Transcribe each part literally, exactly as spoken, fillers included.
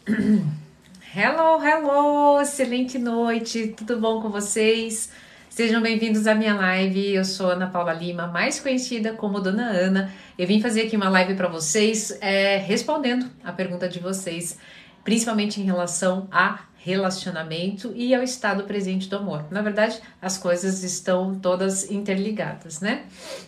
Hello, hello, excelente noite, tudo bom com vocês? Sejam bem-vindos à minha live. Eu sou Ana Paula Lima, mais conhecida como Dona Ana. Eu vim fazer aqui uma live para vocês, é, respondendo a pergunta de vocês, principalmente em relação a relacionamento e ao estado presente do amor. Na verdade, as coisas estão todas interligadas, né?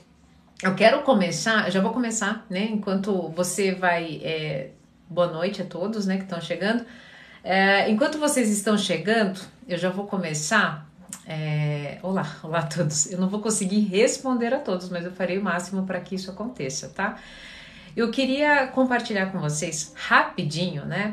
Eu quero começar, eu já vou começar, né? Enquanto você vai. É, boa noite a todos, né, que estão chegando. É, enquanto vocês estão chegando, eu já vou começar. É, olá, olá a todos. Eu não vou conseguir responder a todos, mas eu farei o máximo para que isso aconteça, tá? Eu queria compartilhar com vocês rapidinho, né?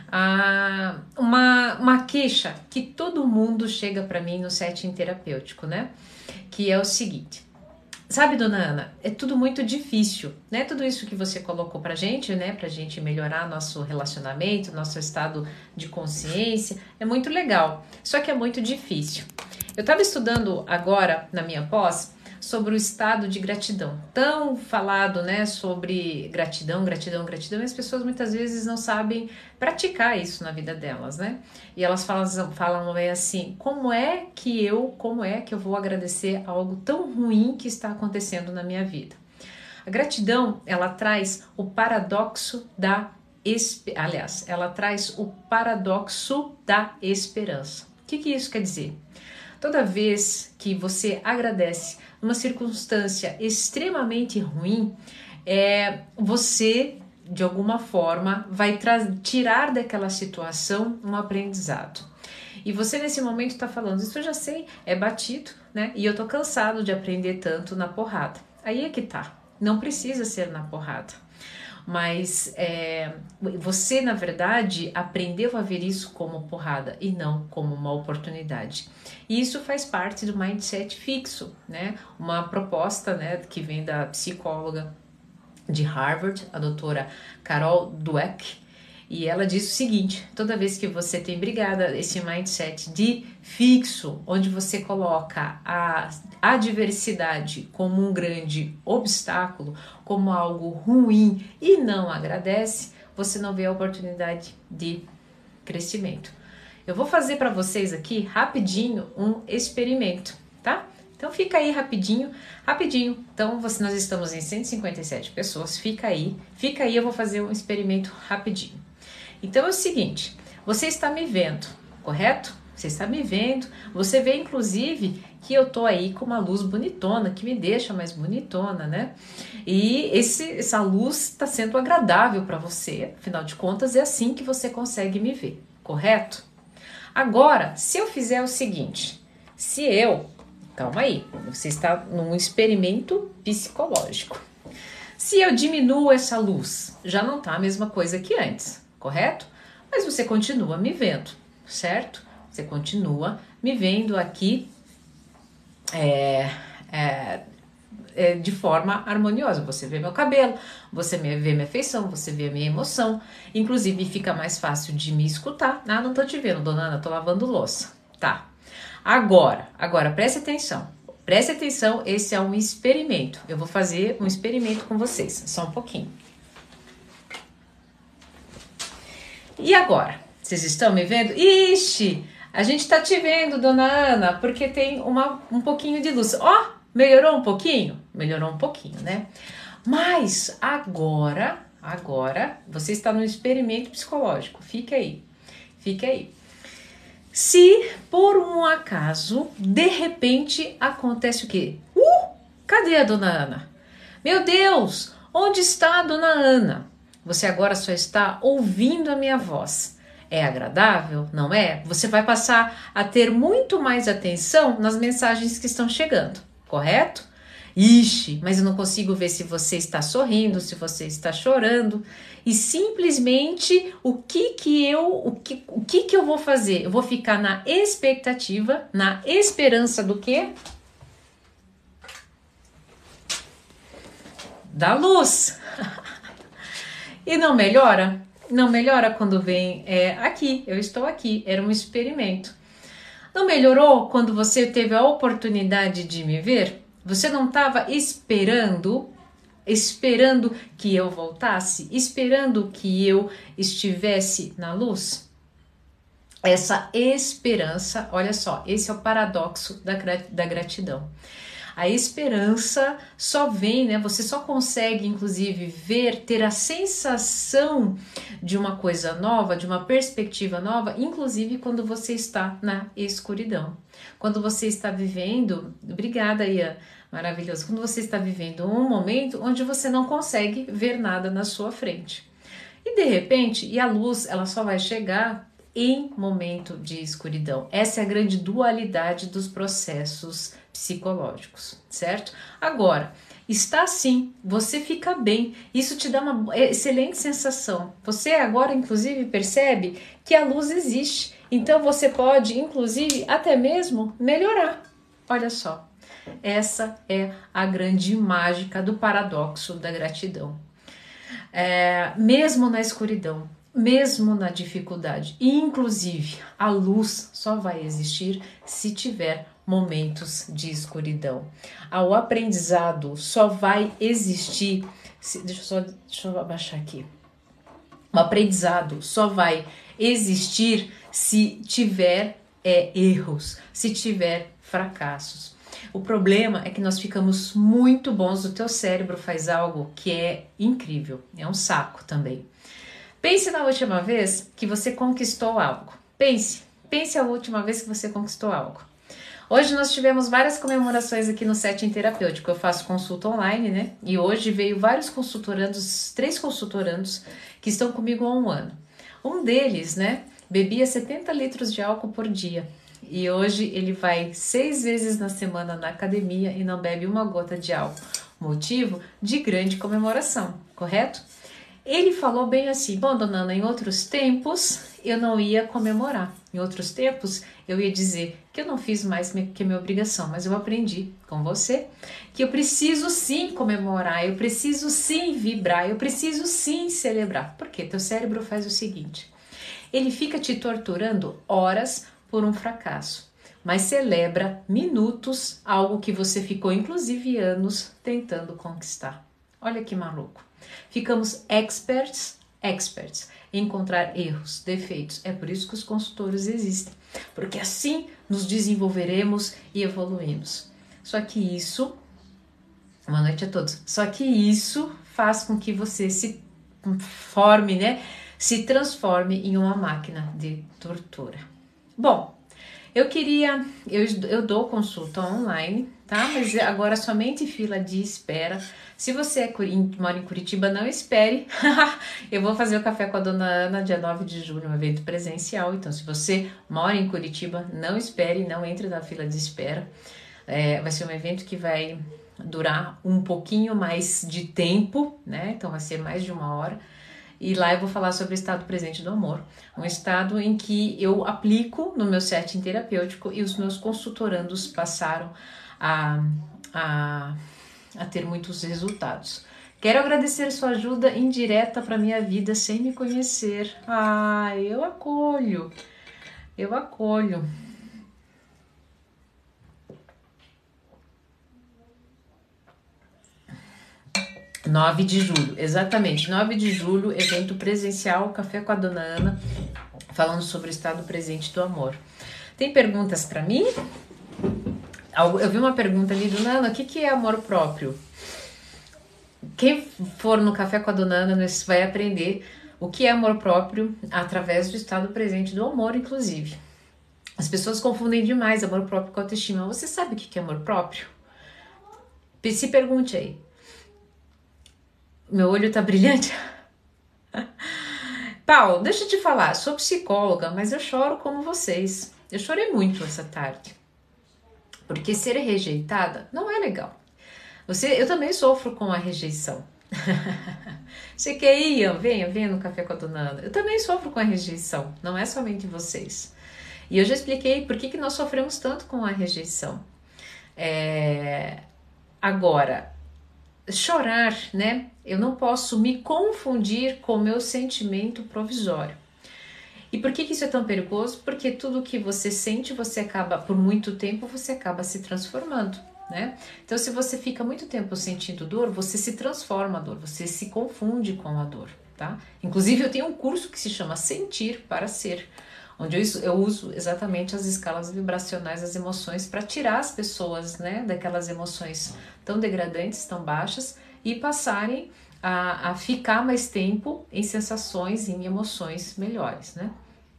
Ah, uma, uma queixa que todo mundo chega para mim no setting terapêutico, né? Que é o seguinte. Sabe, dona Ana, é tudo muito difícil, né? Tudo isso que você colocou pra gente, né? Pra gente melhorar nosso relacionamento, nosso estado de consciência, é muito legal, só que é muito difícil. Eu tava estudando agora, na minha pós, sobre o estado de gratidão. Tão falado, né, sobre gratidão, gratidão, gratidão, e as pessoas muitas vezes não sabem praticar isso na vida delas, né? E elas falam, falam é assim, como é que eu, como é que eu vou agradecer algo tão ruim que está acontecendo na minha vida? A gratidão, ela traz o paradoxo da, aliás, ela traz o paradoxo da esperança. O que que isso quer dizer? Toda vez que você agradece numa circunstância extremamente ruim, é, você, de alguma forma, vai tirar daquela situação um aprendizado. E você, nesse momento, está falando, isso eu já sei, é batido, né? E eu tô cansado de aprender tanto na porrada. Aí é que tá, não precisa ser na porrada. Mas é, você, na verdade, aprendeu a ver isso como porrada e não como uma oportunidade. E isso faz parte do mindset fixo, né? Uma proposta, né, que vem da psicóloga de Harvard, a doutora Carol Dweck, e ela diz o seguinte: toda vez que você tem, brigada, esse mindset de fixo, onde você coloca a adversidade como um grande obstáculo, como algo ruim e não agradece, você não vê a oportunidade de crescimento. Eu vou fazer para vocês aqui rapidinho um experimento, tá? Então fica aí rapidinho, rapidinho. Então você, nós estamos em cento e cinquenta e sete pessoas, fica aí, fica aí, eu vou fazer um experimento rapidinho. Então é o seguinte, você está me vendo, correto? Você está me vendo, você vê inclusive que eu tô aí com uma luz bonitona, que me deixa mais bonitona, né? E esse, essa luz está sendo agradável para você, afinal de contas é assim que você consegue me ver, correto? Agora, se eu fizer o seguinte, se eu, calma aí, você está num experimento psicológico. Se eu diminuo essa luz, já não tá a mesma coisa que antes, correto? Mas você continua me vendo, certo? Você continua me vendo aqui é, é, é, de forma harmoniosa. Você vê meu cabelo, você vê minha feição, você vê a minha emoção. Inclusive fica mais fácil de me escutar. Ah, não tô te vendo, dona Ana, tô lavando louça. Tá. Agora, agora preste atenção. Preste atenção, esse é um experimento. Eu vou fazer um experimento com vocês, só um pouquinho. E agora? Vocês estão me vendo? Ixi, a gente tá te vendo, dona Ana, porque tem uma, um pouquinho de luz. Ó, oh, melhorou um pouquinho? Melhorou um pouquinho, né? Mas agora, agora, você está no experimento psicológico. Fique aí, fique aí. Se por um acaso, de repente, acontece o quê? Uh, cadê a dona Ana? Meu Deus, onde está a dona Ana? Você agora só está ouvindo a minha voz. É agradável? Não é? Você vai passar a ter muito mais atenção nas mensagens que estão chegando, correto? Ixi, mas eu não consigo ver se você está sorrindo, se você está chorando. E simplesmente o que que eu, o que, o que que eu vou fazer? Eu vou ficar na expectativa, na esperança do quê? Da luz. E não melhora? Não melhora quando vem é, aqui, eu estou aqui, era um experimento. Não melhorou quando você teve a oportunidade de me ver? Você não estava esperando esperando que eu voltasse, esperando que eu estivesse na luz? Essa esperança, olha só, esse é o paradoxo da, da gratidão. A esperança só vem, né? Você só consegue, inclusive, ver, ter a sensação de uma coisa nova, de uma perspectiva nova, inclusive quando você está na escuridão. Quando você está vivendo, obrigada, Ian, maravilhoso. Quando você está vivendo um momento onde você não consegue ver nada na sua frente. E de repente, e a luz, ela só vai chegar em momento de escuridão. Essa é a grande dualidade dos processos psicológicos, certo? Agora, está assim, você fica bem, isso te dá uma excelente sensação. Você agora, inclusive, percebe que a luz existe, então você pode, inclusive, até mesmo melhorar. Olha só, essa é a grande mágica do paradoxo da gratidão. É, mesmo na escuridão, mesmo na dificuldade, inclusive a luz só vai existir se tiver momentos de escuridão. O aprendizado só vai existir, se, deixa, eu só, deixa eu abaixar aqui, o aprendizado só vai existir se tiver é, erros, se tiver fracassos. O problema é que nós ficamos muito bons, o teu cérebro faz algo que é incrível, é um saco também. Pense na última vez que você conquistou algo. Pense, pense a última vez que você conquistou algo. Hoje nós tivemos várias comemorações aqui no Setting Terapêutico. Eu faço consulta online, né? E hoje veio vários consultorandos, três consultorandos que estão comigo há um ano. Um deles, né, bebia setenta litros de álcool por dia. E hoje ele vai seis vezes na semana na academia e não bebe uma gota de álcool. Motivo de grande comemoração, correto? Ele falou bem assim: bom, dona Ana, em outros tempos eu não ia comemorar. Em outros tempos eu ia dizer que eu não fiz mais que a minha obrigação, mas eu aprendi com você que eu preciso sim comemorar, eu preciso sim vibrar, eu preciso sim celebrar. Porque teu cérebro faz o seguinte: ele fica te torturando horas por um fracasso, mas celebra minutos algo que você ficou inclusive anos tentando conquistar. Olha que maluco. Ficamos experts, experts em encontrar erros, defeitos. É por isso que os consultores existem, porque assim nos desenvolveremos e evoluímos. Só que isso, boa noite a todos, só que isso faz com que você se forme, né, se transforme em uma máquina de tortura. Bom, eu queria, eu, eu dou consulta online, tá? Mas agora somente fila de espera. Se você é, mora em Curitiba, não espere. Eu vou fazer o Café com a Dona Ana dia nove de julho, um evento presencial. Então, se você mora em Curitiba, não espere, não entre na fila de espera. É, vai ser um evento que vai durar um pouquinho mais de tempo, né? Então, vai ser mais de uma hora. E lá eu vou falar sobre o estado presente do amor, um estado em que eu aplico no meu setting terapêutico e os meus consultorandos passaram a, a, a ter muitos resultados. Quero agradecer sua ajuda indireta para minha vida sem me conhecer. Ah, eu acolho, eu acolho. nove de julho, exatamente, nove de julho, evento presencial, Café com a Dona Ana, falando sobre o estado presente do amor. Tem perguntas para mim? Eu vi uma pergunta ali, Dona Ana, o que, que é amor próprio? Quem for no Café com a Dona Ana vai aprender o que é amor próprio através do estado presente do amor, inclusive. As pessoas confundem demais amor próprio com autoestima. Você sabe o que é amor próprio? Se pergunte aí. Meu olho tá brilhante? Paulo, deixa eu te falar, sou psicóloga, mas eu choro como vocês. Eu chorei muito essa tarde. Porque ser rejeitada não é legal. Você, eu também sofro com a rejeição. Você quer ir, Ian? Venha, venha no Café com a Dona Ana. Eu também sofro com a rejeição, não é somente vocês. E eu já expliquei por que, que nós sofremos tanto com a rejeição. É... Agora, chorar, né? Eu não posso me confundir com o meu sentimento provisório. E por que, que isso é tão perigoso? Porque tudo que você sente, você acaba, por muito tempo, você acaba se transformando. né? Então, se você fica muito tempo sentindo dor, você se transforma a dor, você se confunde com a dor, tá? Inclusive, eu tenho um curso que se chama Sentir para Ser, onde eu, eu uso exatamente as escalas vibracionais das emoções para tirar as pessoas, né, daquelas emoções tão degradantes, tão baixas, e passarem a, a ficar mais tempo em sensações, em emoções melhores, né?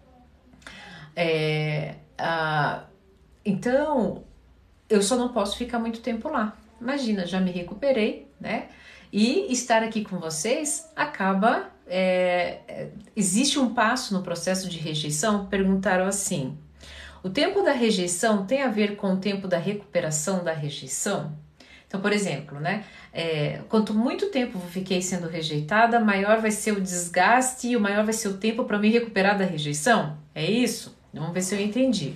É, a, então, eu só não posso ficar muito tempo lá. Imagina, já me recuperei, né? E estar aqui com vocês acaba... É, existe um passo no processo de rejeição? Perguntaram assim: o tempo da rejeição tem a ver com o tempo da recuperação da rejeição? Então, por exemplo, né? É, quanto muito tempo eu fiquei sendo rejeitada, maior vai ser o desgaste e o maior vai ser o tempo para me recuperar da rejeição? É isso? Vamos ver se eu entendi.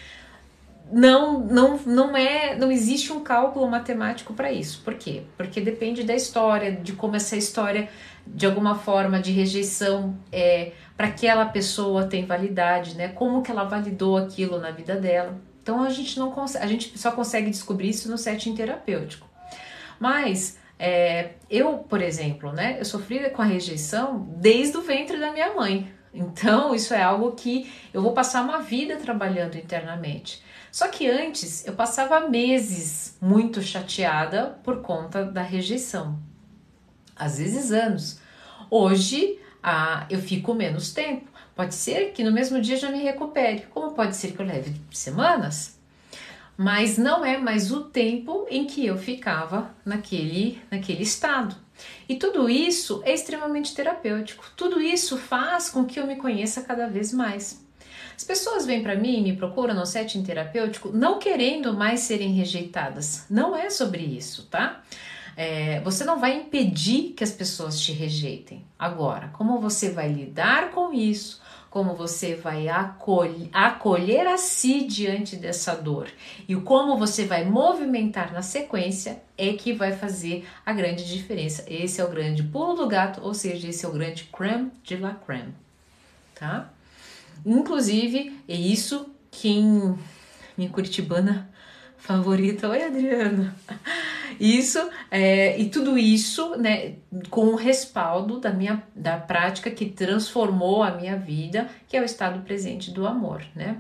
Não, não, não é, não existe um cálculo matemático para isso. Por quê? Porque depende da história, de como essa história, de alguma forma, de rejeição, é, para aquela pessoa tem validade, né? Como que ela validou aquilo na vida dela. Então a gente não consegue, a gente só consegue descobrir isso no setting terapêutico. Mas é, eu, por exemplo, né? Eu sofri com a rejeição desde o ventre da minha mãe. Então isso é algo que eu vou passar uma vida trabalhando internamente. Só que antes eu passava meses muito chateada por conta da rejeição, às vezes anos. Hoje ah, eu fico menos tempo. Pode ser que no mesmo dia já me recupere, como pode ser que eu leve semanas, mas não é mais o tempo em que eu ficava naquele, naquele estado. E tudo isso é extremamente terapêutico. Tudo isso faz com que eu me conheça cada vez mais. As pessoas vêm para mim e me procuram no setting terapêutico não querendo mais serem rejeitadas. Não é sobre isso, tá? É, você não vai impedir que as pessoas te rejeitem. Agora, como você vai lidar com isso, como você vai acolher, acolher a si diante dessa dor e como você vai movimentar na sequência é que vai fazer a grande diferença. Esse é o grande pulo do gato, ou seja, esse é o grande crème de la crème, tá? Inclusive, é isso que em minha curitibana favorita, oi Adriana, isso, é, e tudo isso, né, com o respaldo da minha, da prática que transformou a minha vida, que é o estado presente do amor, né.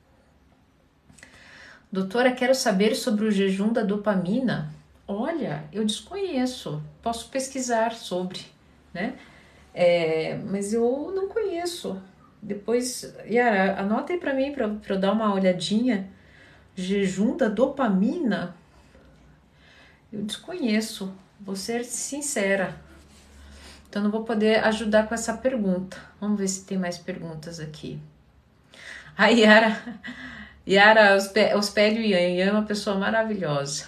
Doutora, quero saber sobre o jejum da dopamina. Olha, eu desconheço, posso pesquisar sobre, né, é, mas eu não conheço. Depois, Yara, anota aí pra mim, pra, pra eu dar uma olhadinha. Jejum da dopamina? Eu desconheço, vou ser sincera. Então não vou poder ajudar com essa pergunta. Vamos ver se tem mais perguntas aqui. A Yara, Yara Ospélio Ian, é uma pessoa maravilhosa.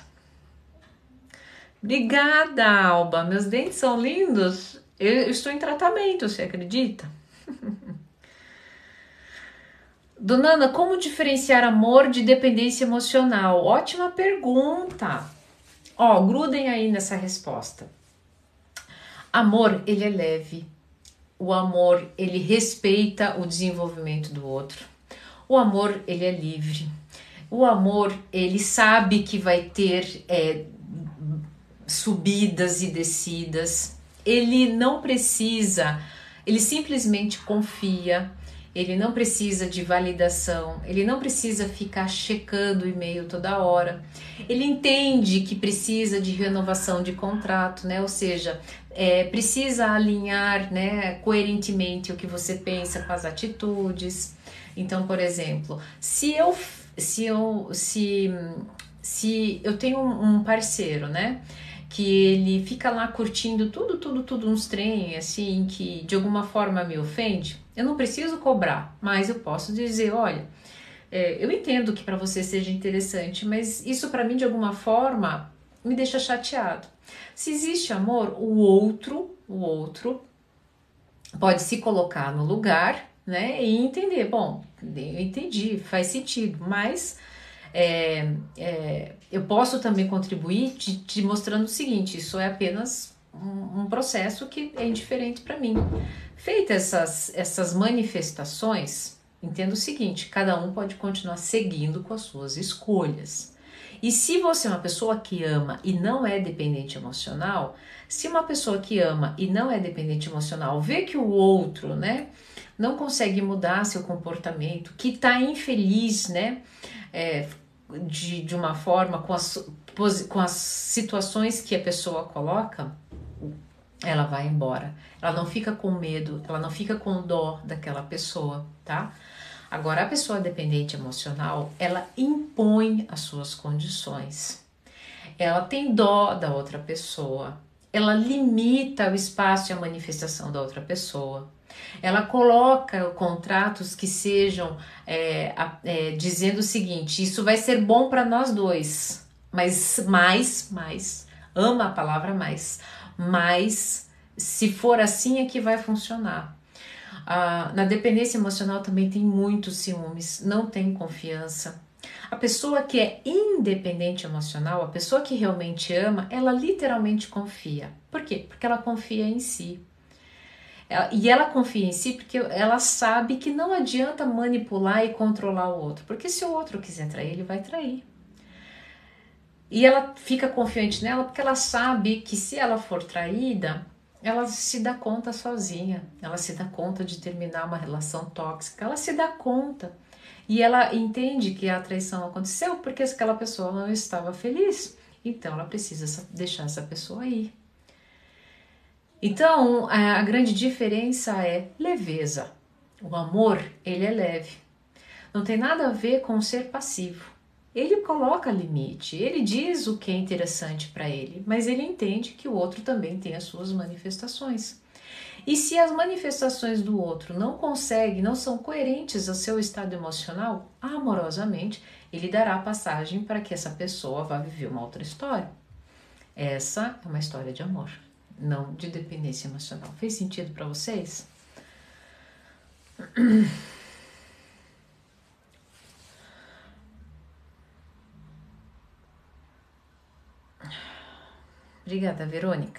Obrigada, Alba. Meus dentes são lindos. Eu estou em tratamento, você acredita? Dona Ana, como diferenciar amor de dependência emocional? Ótima pergunta. Ó, grudem aí nessa resposta. Amor, ele é leve. O amor, ele respeita o desenvolvimento do outro. O amor, ele é livre. O amor, ele sabe que vai ter é, subidas e descidas. Ele não precisa, ele simplesmente confia. Ele não precisa de validação, ele não precisa ficar checando o e-mail toda hora. Ele entende que precisa de renovação de contrato, né? Ou seja, é, precisa alinhar, né, coerentemente o que você pensa com as atitudes. Então, por exemplo, se eu, se eu, se, se eu tenho um parceiro, né, que ele fica lá curtindo tudo, tudo, tudo uns trem, assim, que de alguma forma me ofende, eu não preciso cobrar, mas eu posso dizer, olha, é, eu entendo que para você seja interessante, mas isso para mim de alguma forma me deixa chateado. Se existe amor, o outro, o outro pode se colocar no lugar, né, e entender, bom, eu entendi, faz sentido, mas é, é, eu posso também contribuir te, te mostrando o seguinte, isso é apenas um, um processo que é indiferente para mim. Feitas essas, essas manifestações, entenda o seguinte, cada um pode continuar seguindo com as suas escolhas. E se você é uma pessoa que ama e não é dependente emocional, se uma pessoa que ama e não é dependente emocional vê que o outro, né, não consegue mudar seu comportamento, que está infeliz, né, é, de, de uma forma com as, com as situações que a pessoa coloca, ela vai embora. Ela não fica com medo, ela não fica com dó daquela pessoa, tá? Agora, a pessoa dependente emocional, ela impõe as suas condições. Ela tem dó da outra pessoa. Ela limita o espaço e a manifestação da outra pessoa. Ela coloca contratos que sejam é, é, dizendo o seguinte: isso vai ser bom para nós dois, mas mais, mais, ama a palavra mais, mas se for assim é que vai funcionar. Ah, na dependência emocional também tem muitos ciúmes, não tem confiança. A pessoa que é independente emocional, a pessoa que realmente ama, ela literalmente confia. Por quê? Porque ela confia em si. E ela confia em si porque ela sabe que não adianta manipular e controlar o outro, porque se o outro quiser trair, ele vai trair. E ela fica confiante nela porque ela sabe que se ela for traída, ela se dá conta sozinha, ela se dá conta de terminar uma relação tóxica, ela se dá conta. E ela entende que a traição aconteceu porque aquela pessoa não estava feliz, então ela precisa deixar essa pessoa ir. Então, a grande diferença é leveza. O amor, ele é leve. Não tem nada a ver com ser passivo. Ele coloca limite, ele diz o que é interessante para ele, mas ele entende que o outro também tem as suas manifestações. E se as manifestações do outro não conseguem, não são coerentes ao seu estado emocional, amorosamente, ele dará passagem para que essa pessoa vá viver uma outra história. Essa é uma história de amor, não de dependência emocional. Fez sentido para vocês? Obrigada, Verônica.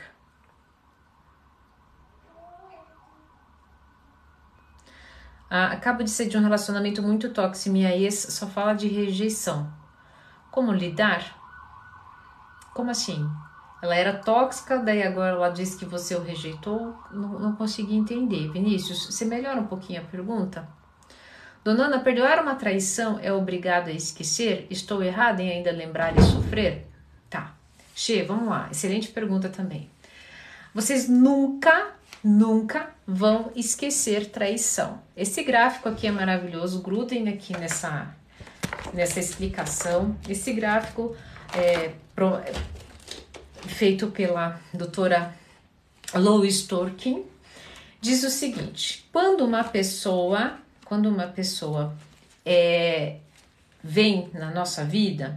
Ah, acabo de sair de um relacionamento muito tóxico. Minha ex só fala de rejeição. Como lidar? Como assim? Ela era tóxica, daí agora ela diz que você o rejeitou? Não, não consegui entender. Vinícius, você melhora um pouquinho a pergunta? Dona Ana, perdoar uma traição é obrigado a esquecer? Estou errada em ainda lembrar e sofrer? Tá. Xê, vamos lá. Excelente pergunta também. Vocês nunca, nunca vão esquecer traição. Esse gráfico aqui é maravilhoso. Grudem aqui nessa, nessa explicação. Esse gráfico é pro, é feito pela doutora Lois Turkin diz o seguinte: quando uma pessoa, quando uma pessoa é, vem na nossa vida,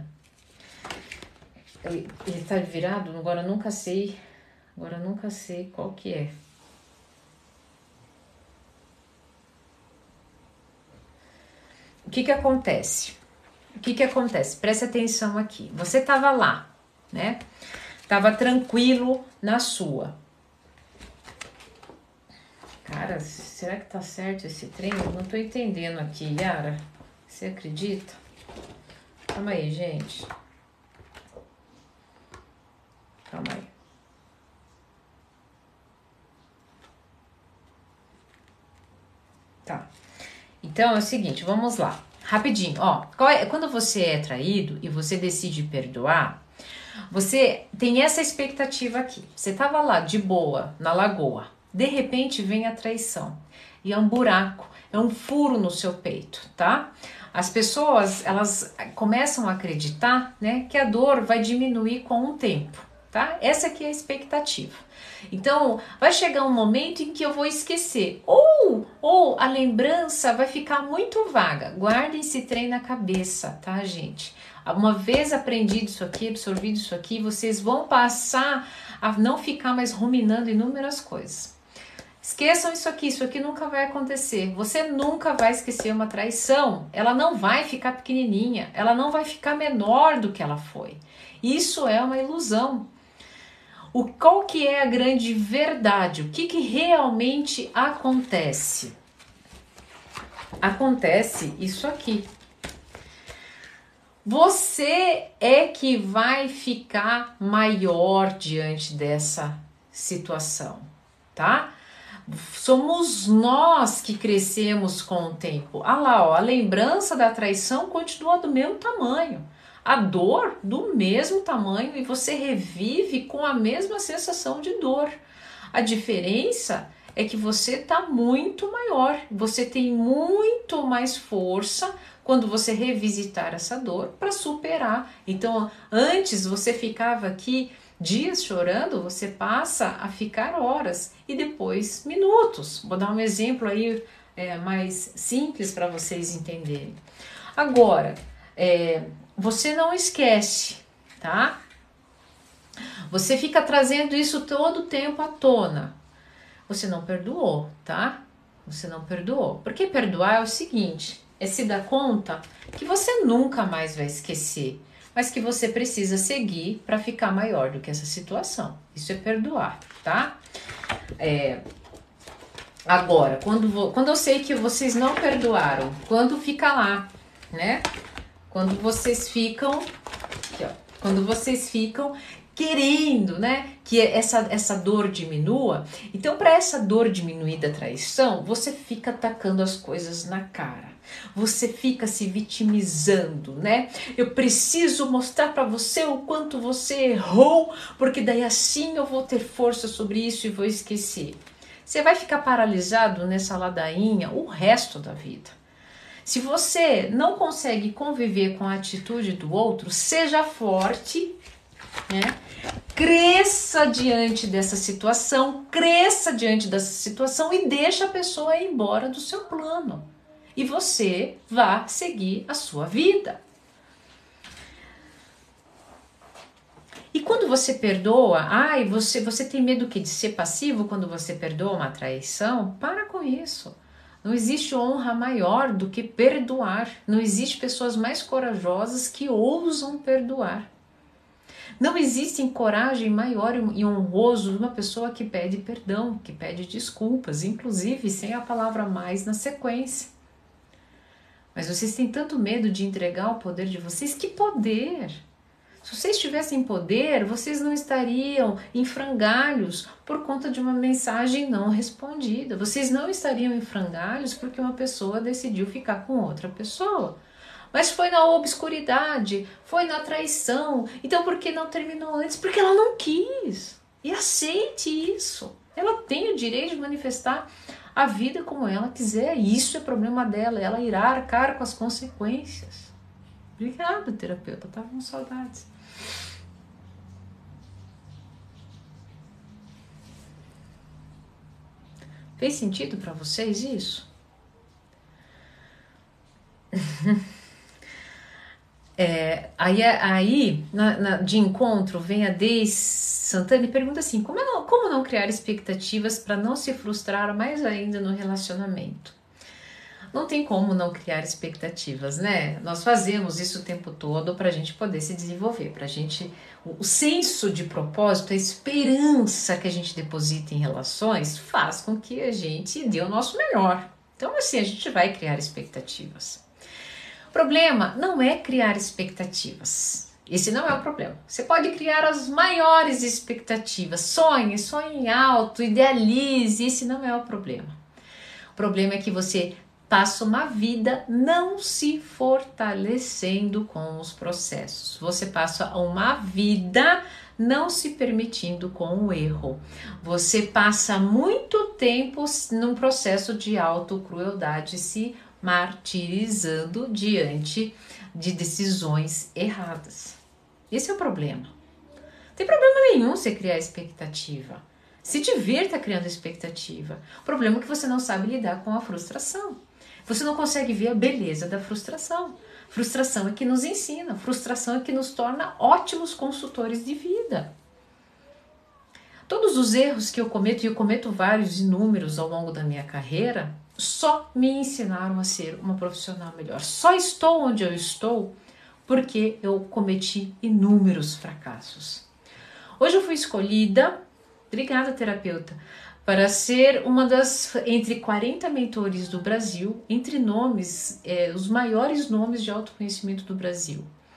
ele está virado, agora eu nunca sei, agora eu nunca sei qual que é. O que que acontece? O que que acontece? Preste atenção aqui. Você estava lá, né? Tava tranquilo na sua. Cara, será que tá certo esse trem? Eu não tô entendendo aqui, Yara. Você acredita? Calma aí, gente. Calma aí. Tá. Então é o seguinte, vamos lá. Rapidinho, ó. Qual é, quando você é traído e você decide perdoar, você tem essa expectativa aqui. Você tava lá de boa, na lagoa. De repente vem a traição. E é um buraco, é um furo no seu peito, tá? As pessoas, elas começam a acreditar, né, que a dor vai diminuir com o tempo, tá? Essa aqui é a expectativa. Então, vai chegar um momento em que eu vou esquecer. Ou, ou a lembrança vai ficar muito vaga. Guardem esse trem na cabeça, tá, gente? Uma vez aprendido isso aqui, absorvido isso aqui, vocês vão passar a não ficar mais ruminando inúmeras coisas. Esqueçam isso aqui, isso aqui nunca vai acontecer. Você nunca vai esquecer uma traição. Ela não vai ficar pequenininha, ela não vai ficar menor do que ela foi. Isso é uma ilusão. O, qual que é a grande verdade? O que, que realmente acontece? Acontece isso aqui. Você é que vai ficar maior diante dessa situação, tá? Somos nós que crescemos com o tempo. Ah lá, ó, a lembrança da traição continua do mesmo tamanho. A dor do mesmo tamanho e você revive com a mesma sensação de dor. A diferença é que você está muito maior, você tem muito mais força quando você revisitar essa dor para superar. Então, antes você ficava aqui dias chorando, você passa a ficar horas e depois minutos. Vou dar um exemplo aí é, mais simples para vocês entenderem. Agora, é, você não esquece, tá? Você fica trazendo isso todo o tempo à tona. Você não perdoou, tá? Você não perdoou. Porque perdoar é o seguinte, é se dar conta que você nunca mais vai esquecer, mas que você precisa seguir para ficar maior do que essa situação. Isso é perdoar, tá? É, agora, quando, vou, quando eu sei que vocês não perdoaram, quando fica lá, né? Quando vocês ficam, aqui, ó, quando vocês ficam querendo, né, que essa, essa dor diminua, então para essa dor diminuir da traição, você fica atacando as coisas na cara. Você fica se vitimizando, né? Eu preciso mostrar para você o quanto você errou, porque daí assim eu vou ter força sobre isso e vou esquecer. Você vai ficar paralisado nessa ladainha o resto da vida. Se você não consegue conviver com a atitude do outro, seja forte, né? Cresça diante dessa situação, cresça diante dessa situação e deixa a pessoa ir embora do seu plano. E você vá seguir a sua vida. E quando você perdoa, ai, você, você tem medo que de ser passivo quando você perdoa uma traição? Para com isso. Não existe honra maior do que perdoar. Não existe pessoas mais corajosas que ousam perdoar. Não existe coragem maior e honroso de uma pessoa que pede perdão, que pede desculpas, inclusive sem a palavra mais na sequência. Mas vocês têm tanto medo de entregar o poder de vocês. Que poder! Se vocês tivessem poder, vocês não estariam em frangalhos por conta de uma mensagem não respondida. Vocês não estariam em frangalhos porque uma pessoa decidiu ficar com outra pessoa. Mas foi na obscuridade, foi na traição. Então por que não terminou antes? Porque ela não quis. E aceite isso. Ela tem o direito de manifestar a vida como ela quiser. Isso é problema dela. Ela irá arcar com as consequências. Obrigada, terapeuta. Tava com saudades. Fez sentido para vocês isso? É, aí aí na, na, de encontro vem a Deise Santana e pergunta assim, como não, como não criar expectativas para não se frustrar mais ainda no relacionamento? Não tem como não criar expectativas, né? Nós fazemos isso o tempo todo para a gente poder se desenvolver, para a gente, o, o senso de propósito, a esperança que a gente deposita em relações faz com que a gente dê o nosso melhor. Então assim, a gente vai criar expectativas. O problema não é criar expectativas. Esse não é o problema. Você pode criar as maiores expectativas. Sonhe, sonhe alto, idealize. Esse não é o problema. O problema é que você passa uma vida não se fortalecendo com os processos. Você passa uma vida não se permitindo com o erro. Você passa muito tempo num processo de autocrueldade, se martirizando diante de decisões erradas. Esse é o problema. Não tem problema nenhum você criar expectativa. Se divirta criando expectativa. O problema é que você não sabe lidar com a frustração. Você não consegue ver a beleza da frustração. Frustração é que nos ensina, frustração é que nos torna ótimos consultores de vida. Todos os erros que eu cometo, e eu cometo vários, inúmeros ao longo da minha carreira, só me ensinaram a ser uma profissional melhor. Só estou onde eu estou porque eu cometi inúmeros fracassos. Hoje eu fui escolhida, obrigada terapeuta, para ser uma das, entre quarenta mentores do Brasil, entre nomes, é, os maiores nomes de autoconhecimento do Brasil.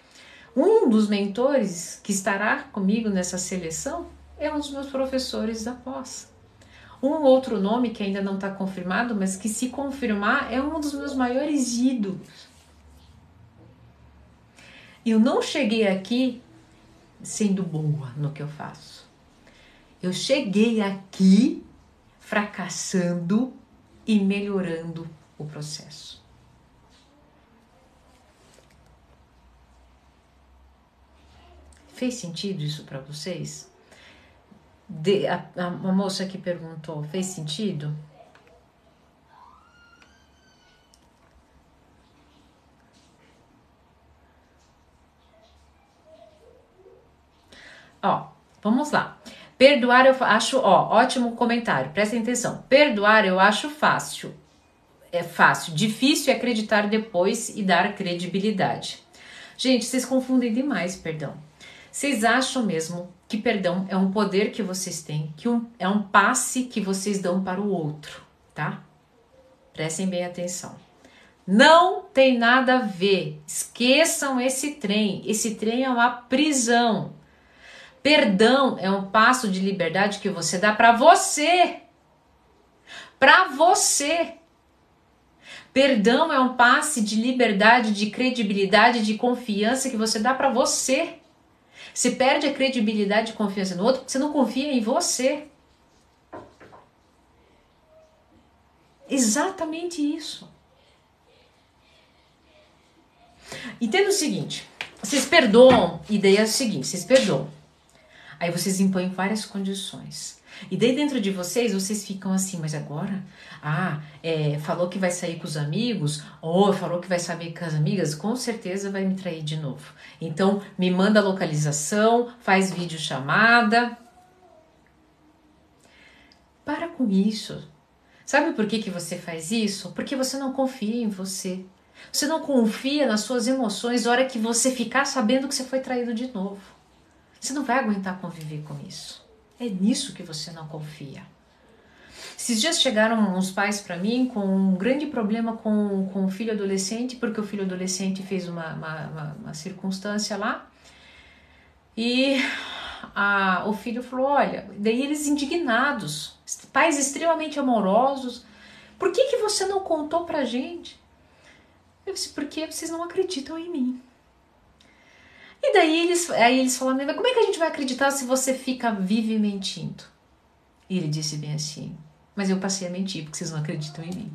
Um dos mentores que estará comigo nessa seleção é um dos meus professores da pós. Um outro nome que ainda não está confirmado, mas que se confirmar é um dos meus maiores ídolos. Eu não cheguei aqui sendo boa no que eu faço. Eu cheguei aqui fracassando e melhorando o processo. Fez sentido isso para vocês? De, a, a, a moça que perguntou, fez sentido? Ó, vamos lá. Perdoar eu acho, ó, ótimo comentário, prestem atenção. Perdoar eu acho fácil. É fácil. Difícil é acreditar depois e dar credibilidade. Gente, vocês confundem demais perdão. Vocês acham mesmo que perdão é um poder que vocês têm, que um, é um passe que vocês dão para o outro, tá? Prestem bem atenção. Não tem nada a ver. Esqueçam esse trem. Esse trem é uma prisão. Perdão é um passo de liberdade que você dá para você. Para você. Perdão é um passe de liberdade, de credibilidade, de confiança que você dá para você. Você perde a credibilidade e confiança no outro porque você não confia em você. Exatamente isso. Entenda o seguinte, vocês perdoam, e daí é o seguinte, vocês perdoam. Aí vocês impõem várias condições. E daí dentro de vocês, vocês ficam assim, mas agora? Ah, é, falou que vai sair com os amigos, ou falou que vai sair com as amigas, com certeza vai me trair de novo. Então, me manda a localização, faz videochamada. Para com isso. Sabe por que, que você faz isso? Porque você não confia em você. Você não confia nas suas emoções na hora que você ficar sabendo que você foi traído de novo. Você não vai aguentar conviver com isso. É nisso que você não confia. Esses dias chegaram uns pais para mim com um grande problema com, com o filho adolescente, porque o filho adolescente fez uma, uma, uma, uma circunstância lá. E a, o filho falou, olha, daí eles indignados, pais extremamente amorosos, por que, que você não contou pra gente? Eu disse, porque vocês não acreditam em mim. E daí eles, aí eles falaram, como é que a gente vai acreditar se você fica vive mentindo? E ele disse bem assim, mas eu passei a mentir porque vocês não acreditam em mim.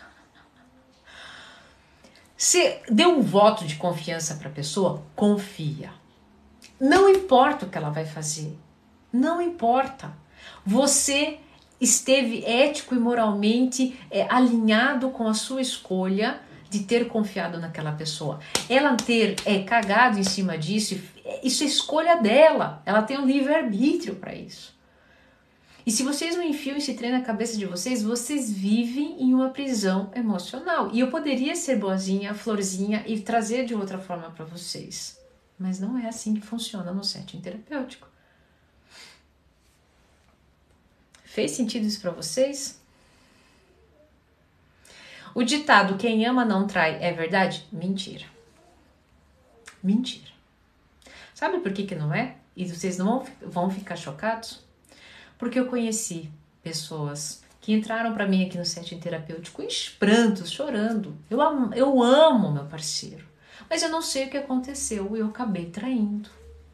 Você deu um voto de confiança para a pessoa? Confia. Não importa o que ela vai fazer. Não importa. Você esteve ético e moralmente é, alinhado com a sua escolha de ter confiado naquela pessoa. Ela ter é, cagado em cima disso, isso é escolha dela. Ela tem um livre-arbítrio para isso. E se vocês não enfiam esse trem na cabeça de vocês, vocês vivem em uma prisão emocional. E eu poderia ser boazinha, florzinha e trazer de outra forma para vocês. Mas não é assim que funciona no setting terapêutico. Fez sentido isso para vocês? O ditado, quem ama não trai, é verdade? Mentira. Mentira. Sabe por que que não é? E vocês não vão, vão ficar chocados? Porque eu conheci pessoas que entraram para mim aqui no setting terapêutico em prantos, chorando. Eu amo, eu amo meu parceiro, mas eu não sei o que aconteceu e eu acabei traindo.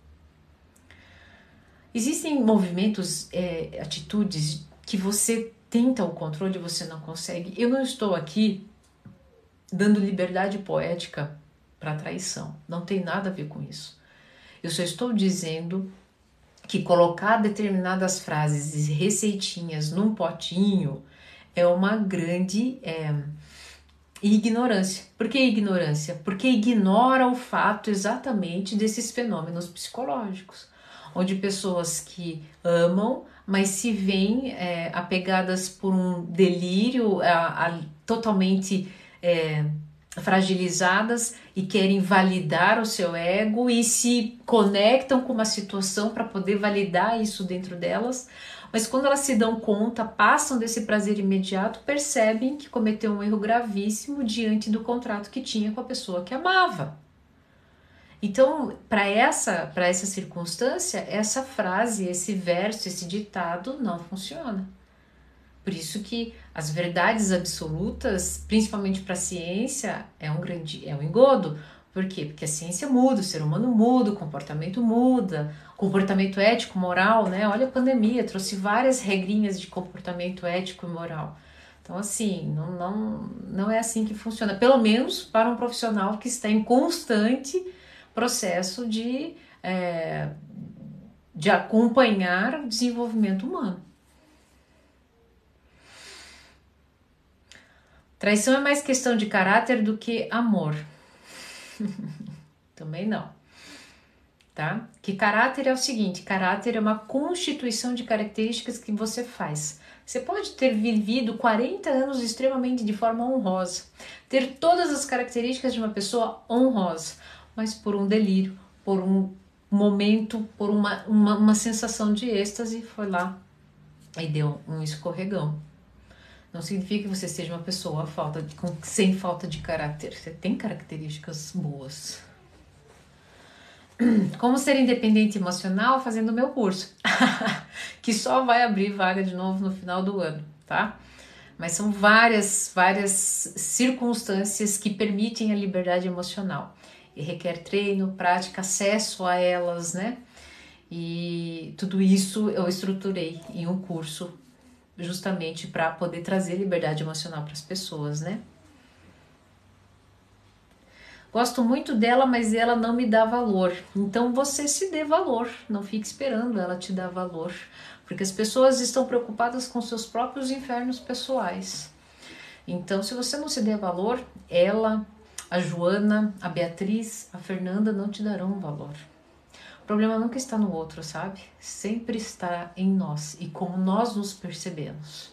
Existem movimentos, é, atitudes que você tenta o controle e você não consegue. Eu não estou aqui dando liberdade poética para traição. Não tem nada a ver com isso. Eu só estou dizendo que colocar determinadas frases e receitinhas num potinho é uma grande é, ignorância. Por que ignorância? Porque ignora o fato exatamente desses fenômenos psicológicos, onde pessoas que amam, mas se veem é, apegadas por um delírio, a, a, totalmente é, fragilizadas e querem validar o seu ego e se conectam com uma situação para poder validar isso dentro delas, mas quando elas se dão conta, passam desse prazer imediato, percebem que cometeu um erro gravíssimo diante do contrato que tinha com a pessoa que amava. Então, para essa, para essa circunstância, essa frase, esse verso, esse ditado não funciona. Por isso que as verdades absolutas, principalmente para a ciência, é um grande, é um engodo. Por quê? Porque a ciência muda, o ser humano muda, o comportamento muda, comportamento ético, moral, né? Olha a pandemia, trouxe várias regrinhas de comportamento ético e moral. Então, assim, não, não, não é assim que funciona. Pelo menos para um profissional que está em constante processo de, é, de acompanhar o desenvolvimento humano. Traição é mais questão de caráter do que amor. Também não. Tá? Que caráter é o seguinte, caráter é uma constituição de características que você faz. Você pode ter vivido quarenta anos extremamente de forma honrosa, ter todas as características de uma pessoa honrosa, mas por um delírio, por um momento, por uma, uma, uma sensação de êxtase, foi lá e deu um escorregão. Não significa que você seja uma pessoa falta de, com, sem falta de caráter. Você tem características boas. Como ser independente emocional fazendo o meu curso. Que só vai abrir vaga de novo no final do ano, tá? Mas são várias, várias circunstâncias que permitem a liberdade emocional. E requer treino, prática, acesso a elas, né? E tudo isso eu estruturei em um curso justamente para poder trazer liberdade emocional para as pessoas, né? Gosto muito dela, mas ela não me dá valor. Então você se dê valor, não fique esperando ela te dar valor, porque as pessoas estão preocupadas com seus próprios infernos pessoais. Então, se você não se der valor, ela, a Joana, a Beatriz, a Fernanda não te darão valor. O problema nunca está no outro, sabe? Sempre está em nós e como nós nos percebemos.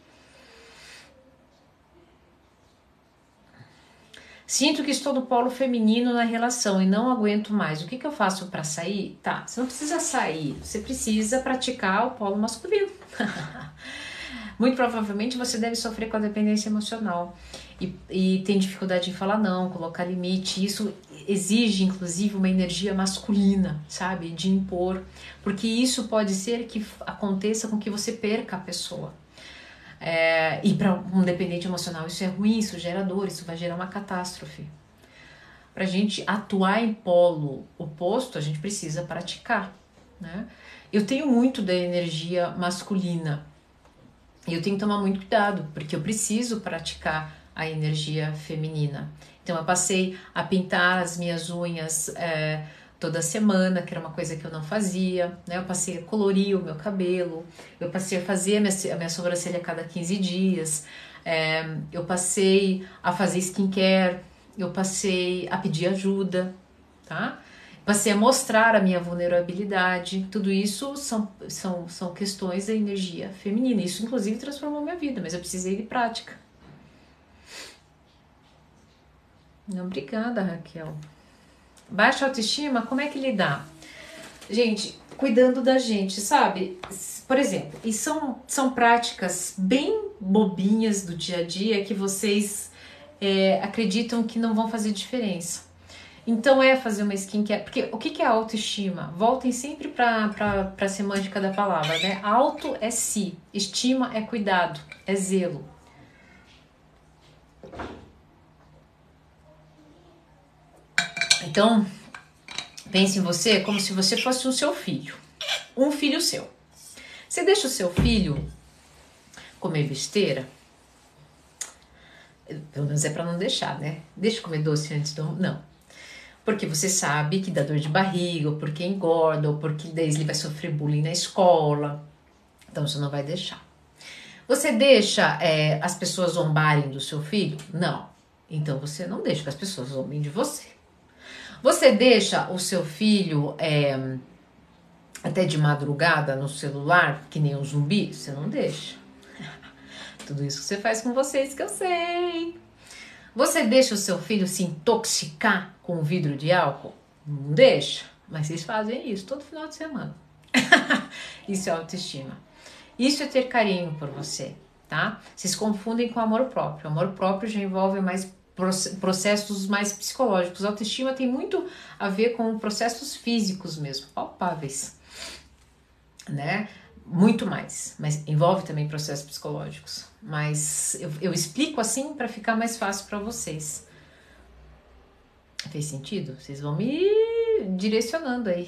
Sinto que estou no polo feminino na relação e não aguento mais. O que, que eu faço para sair? Tá, você não precisa sair, você precisa praticar o polo masculino. Muito provavelmente você deve sofrer com a dependência emocional e, e tem dificuldade em falar não, colocar limite. Isso exige, inclusive, uma energia masculina, sabe? De impor, porque isso pode ser que aconteça com que você perca a pessoa. É, e para um dependente emocional isso é ruim, isso gera dor, isso vai gerar uma catástrofe. Para a gente atuar em polo oposto, a gente precisa praticar, né? Eu tenho muito da energia masculina e eu tenho que tomar muito cuidado, porque eu preciso praticar a energia feminina. Então eu passei a pintar as minhas unhas é, toda semana, que era uma coisa que eu não fazia, né? Eu passei a colorir o meu cabelo, eu passei a fazer a minha, a minha sobrancelha a cada quinze dias, é, eu passei a fazer skincare, eu passei a pedir ajuda, tá? Passei a mostrar a minha vulnerabilidade. Tudo isso são, são, são questões da energia feminina. Isso, inclusive, transformou minha vida, mas eu precisei de prática. Não, obrigada, Raquel. Baixa autoestima, como é que lidar? Gente, cuidando da gente, sabe? Por exemplo, e são, são práticas bem bobinhas do dia a dia que vocês é, acreditam que não vão fazer diferença. Então é fazer uma skincare, porque o que é autoestima? Voltem sempre para a semântica da palavra, né? Auto é si, estima é cuidado, é zelo. Então, pense em você como se você fosse o seu filho, um filho seu. Você deixa o seu filho comer besteira? Pelo menos é para não deixar, né? Deixa comer doce antes do... Não. Porque você sabe que dá dor de barriga, ou porque engorda, ou porque daí ele vai sofrer bullying na escola. Então você não vai deixar. Você deixa é, as pessoas zombarem do seu filho? Não. Então você não deixa que as pessoas zombem de você. Você deixa o seu filho é, até de madrugada no celular, que nem um zumbi? Você não deixa. Tudo isso que você faz com vocês que eu sei. Você deixa o seu filho se intoxicar com um vidro de álcool? Não deixa, mas vocês fazem isso todo final de semana. Isso é autoestima. Isso é ter carinho por você, tá? Vocês confundem com amor próprio. Amor próprio já envolve mais processos mais psicológicos. A autoestima tem muito a ver com processos físicos mesmo, palpáveis, né? Muito mais, mas envolve também processos psicológicos. Mas eu, eu explico assim para ficar mais fácil para vocês. Fez sentido? Vocês vão me direcionando aí.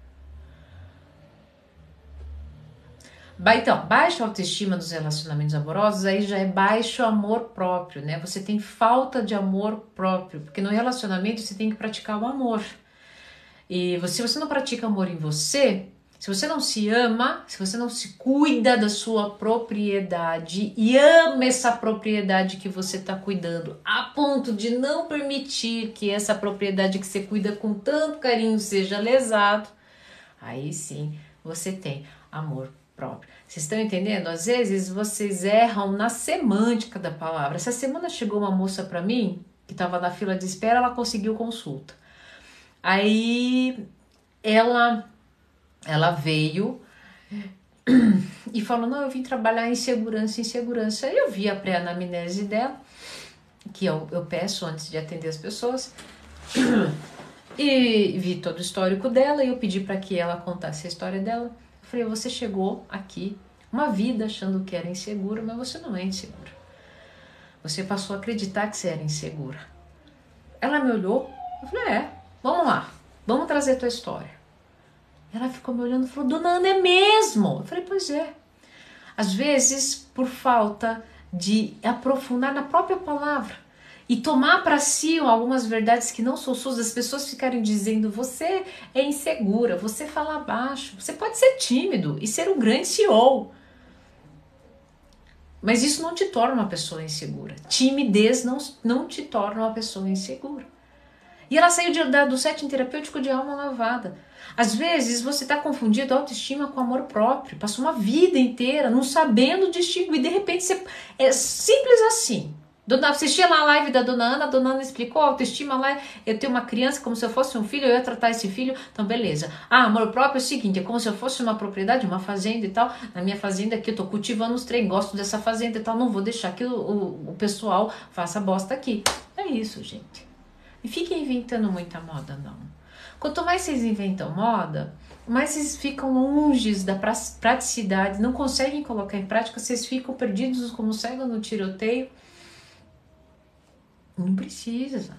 Então, baixa autoestima nos relacionamentos amorosos, aí já é baixo amor próprio, né? Você tem falta de amor próprio, porque no relacionamento você tem que praticar o amor. E se você não pratica amor em você, se você não se ama, se você não se cuida da sua propriedade e ama essa propriedade que você está cuidando, a ponto de não permitir que essa propriedade que você cuida com tanto carinho seja lesado, aí sim você tem amor próprio. Vocês estão entendendo? Às vezes vocês erram na semântica da palavra. Essa semana chegou uma moça para mim que estava na fila de espera, ela conseguiu consulta. Aí ela, ela veio e falou, não, eu vim trabalhar em segurança, em segurança. Aí eu vi a pré-anamnese dela, que eu, eu peço antes de atender as pessoas, e vi todo o histórico dela, e eu pedi para que ela contasse a história dela. Falei, você chegou aqui uma vida achando que era insegura, mas você não é insegura. Você passou a acreditar que você era insegura. Ela me olhou, eu falei, é, vamos lá, vamos trazer tua história. Ela ficou me olhando e falou, dona Ana, é mesmo? Eu falei, pois é. Às vezes, por falta de aprofundar na própria palavra e tomar para si algumas verdades que não são suas, as pessoas ficarem dizendo, você é insegura, você fala baixo, você pode ser tímido e ser um grande C E O. Mas isso não te torna uma pessoa insegura. Timidez não, não te torna uma pessoa insegura. E ela saiu de, da, do setting terapêutico de alma lavada. Às vezes você está confundindo autoestima com amor próprio. Passou uma vida inteira não sabendo distinguir. De repente você, é simples assim. Dona, assistia lá a live da Dona Ana, a Dona Ana explicou, autoestima lá, eu tenho uma criança como se eu fosse um filho, eu ia tratar esse filho, então beleza. Ah, amor próprio é o seguinte, é como se eu fosse uma propriedade, uma fazenda e tal, na minha fazenda aqui eu tô cultivando os trem, gosto dessa fazenda e tal, não vou deixar que o, o, o pessoal faça bosta aqui. É isso, gente. E fiquem inventando muita moda, não. Quanto mais vocês inventam moda, mais vocês ficam longe da praticidade, não conseguem colocar em prática, vocês ficam perdidos como cego no tiroteio. Não precisa.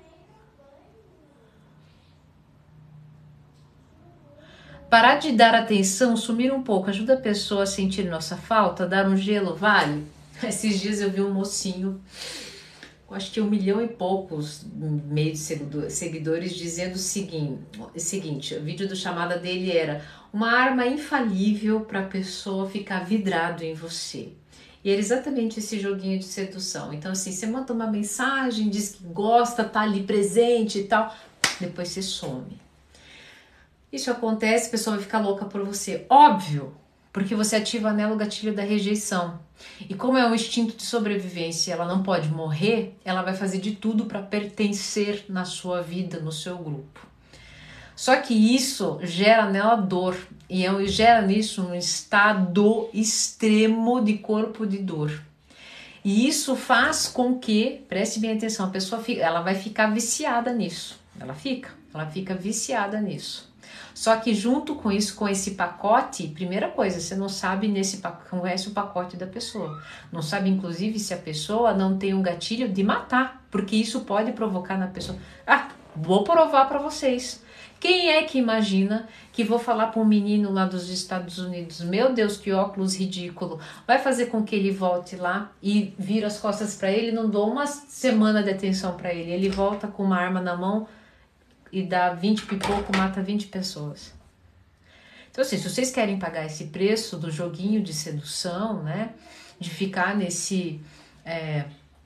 Parar de dar atenção, sumir um pouco, ajuda a pessoa a sentir nossa falta, dar um gelo, vale? Esses dias eu vi um mocinho, acho que um milhão e poucos meio de seguidores, dizendo o seguinte, o seguinte, o vídeo do chamada dele era uma arma infalível para a pessoa ficar vidrado em você. E era exatamente esse joguinho de sedução. Então assim, você manda uma mensagem, diz que gosta, tá ali presente e tal, depois você some. Isso acontece, a pessoa vai ficar louca por você. Óbvio, porque você ativa nela o gatilho da rejeição. E como é um instinto de sobrevivência, ela não pode morrer, ela vai fazer de tudo para pertencer na sua vida, no seu grupo. Só que isso gera nela dor, e gera nisso um estado extremo de corpo de dor. E isso faz com que, preste bem atenção, a pessoa fica, ela vai ficar viciada nisso. Ela fica, ela fica viciada nisso. Só que junto com isso, com esse pacote, primeira coisa, você não sabe nesse conhece o pacote da pessoa. Não sabe, inclusive, se a pessoa não tem um gatilho de matar, porque isso pode provocar na pessoa. Ah, vou provar para vocês. Quem é que imagina que vou falar para um menino lá dos Estados Unidos, meu Deus, que óculos ridículo, vai fazer com que ele volte lá e vira as costas para ele, não dou uma semana de atenção para ele, ele volta com uma arma na mão e dá vinte pipoco, mata vinte pessoas. Então assim, se vocês querem pagar esse preço do joguinho de sedução, né, de ficar nesse, é,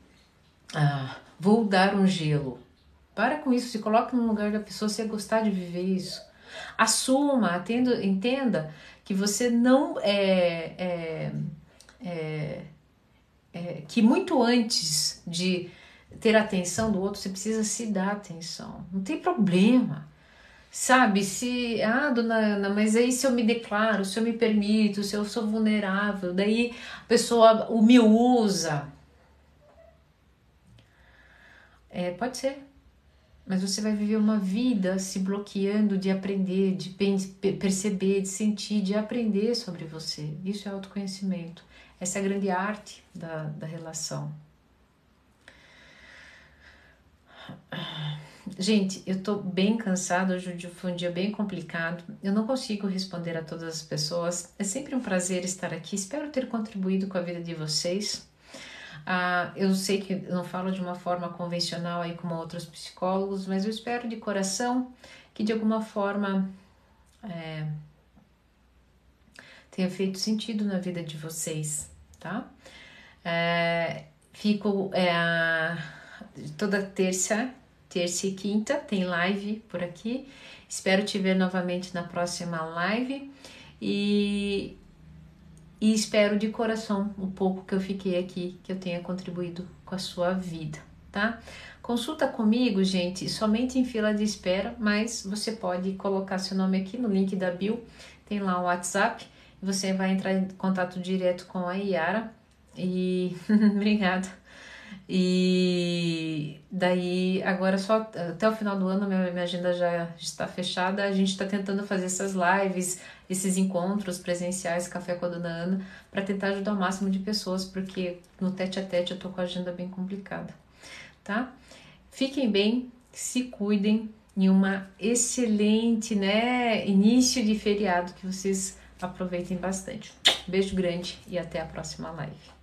ah, vou dar um gelo, para com isso, se coloque no lugar da pessoa, se gostar de viver isso. Assuma, atenda, entenda que você não é, é, é, é, que muito antes de ter atenção do outro, você precisa se dar atenção. Não tem problema. Sabe, se, ah, dona Ana, mas aí se eu me declaro, se eu me permito, se eu sou vulnerável, daí a pessoa o me usa. É, pode ser, mas você vai viver uma vida se bloqueando de aprender, de perceber, de sentir, de aprender sobre você. Isso é autoconhecimento. Essa é a grande arte da, da relação. Gente, eu tô bem cansada, hoje foi um dia bem complicado, eu não consigo responder a todas as pessoas, é sempre um prazer estar aqui, espero ter contribuído com a vida de vocês. Ah, eu sei que eu não falo de uma forma convencional aí como outros psicólogos, mas eu espero de coração que de alguma forma é, tenha feito sentido na vida de vocês, tá? É, fico é, toda terça, terça e quinta tem live por aqui. Espero te ver novamente na próxima live e, e espero de coração um pouco que eu fiquei aqui, que eu tenha contribuído com a sua vida, tá? Consulta comigo, gente, somente em fila de espera, mas você pode colocar seu nome aqui no link da bio, tem lá o WhatsApp, você vai entrar em contato direto com a Yara e obrigada. E daí agora só até o final do ano minha, minha agenda já está fechada. A gente está tentando fazer essas lives, esses encontros presenciais, café com a Dona Ana, para tentar ajudar o máximo de pessoas, porque no tete a tete eu tô com a agenda bem complicada, tá? Fiquem bem, se cuidem e uma excelente, né, início de feriado, que vocês aproveitem bastante. Beijo grande e até a próxima live.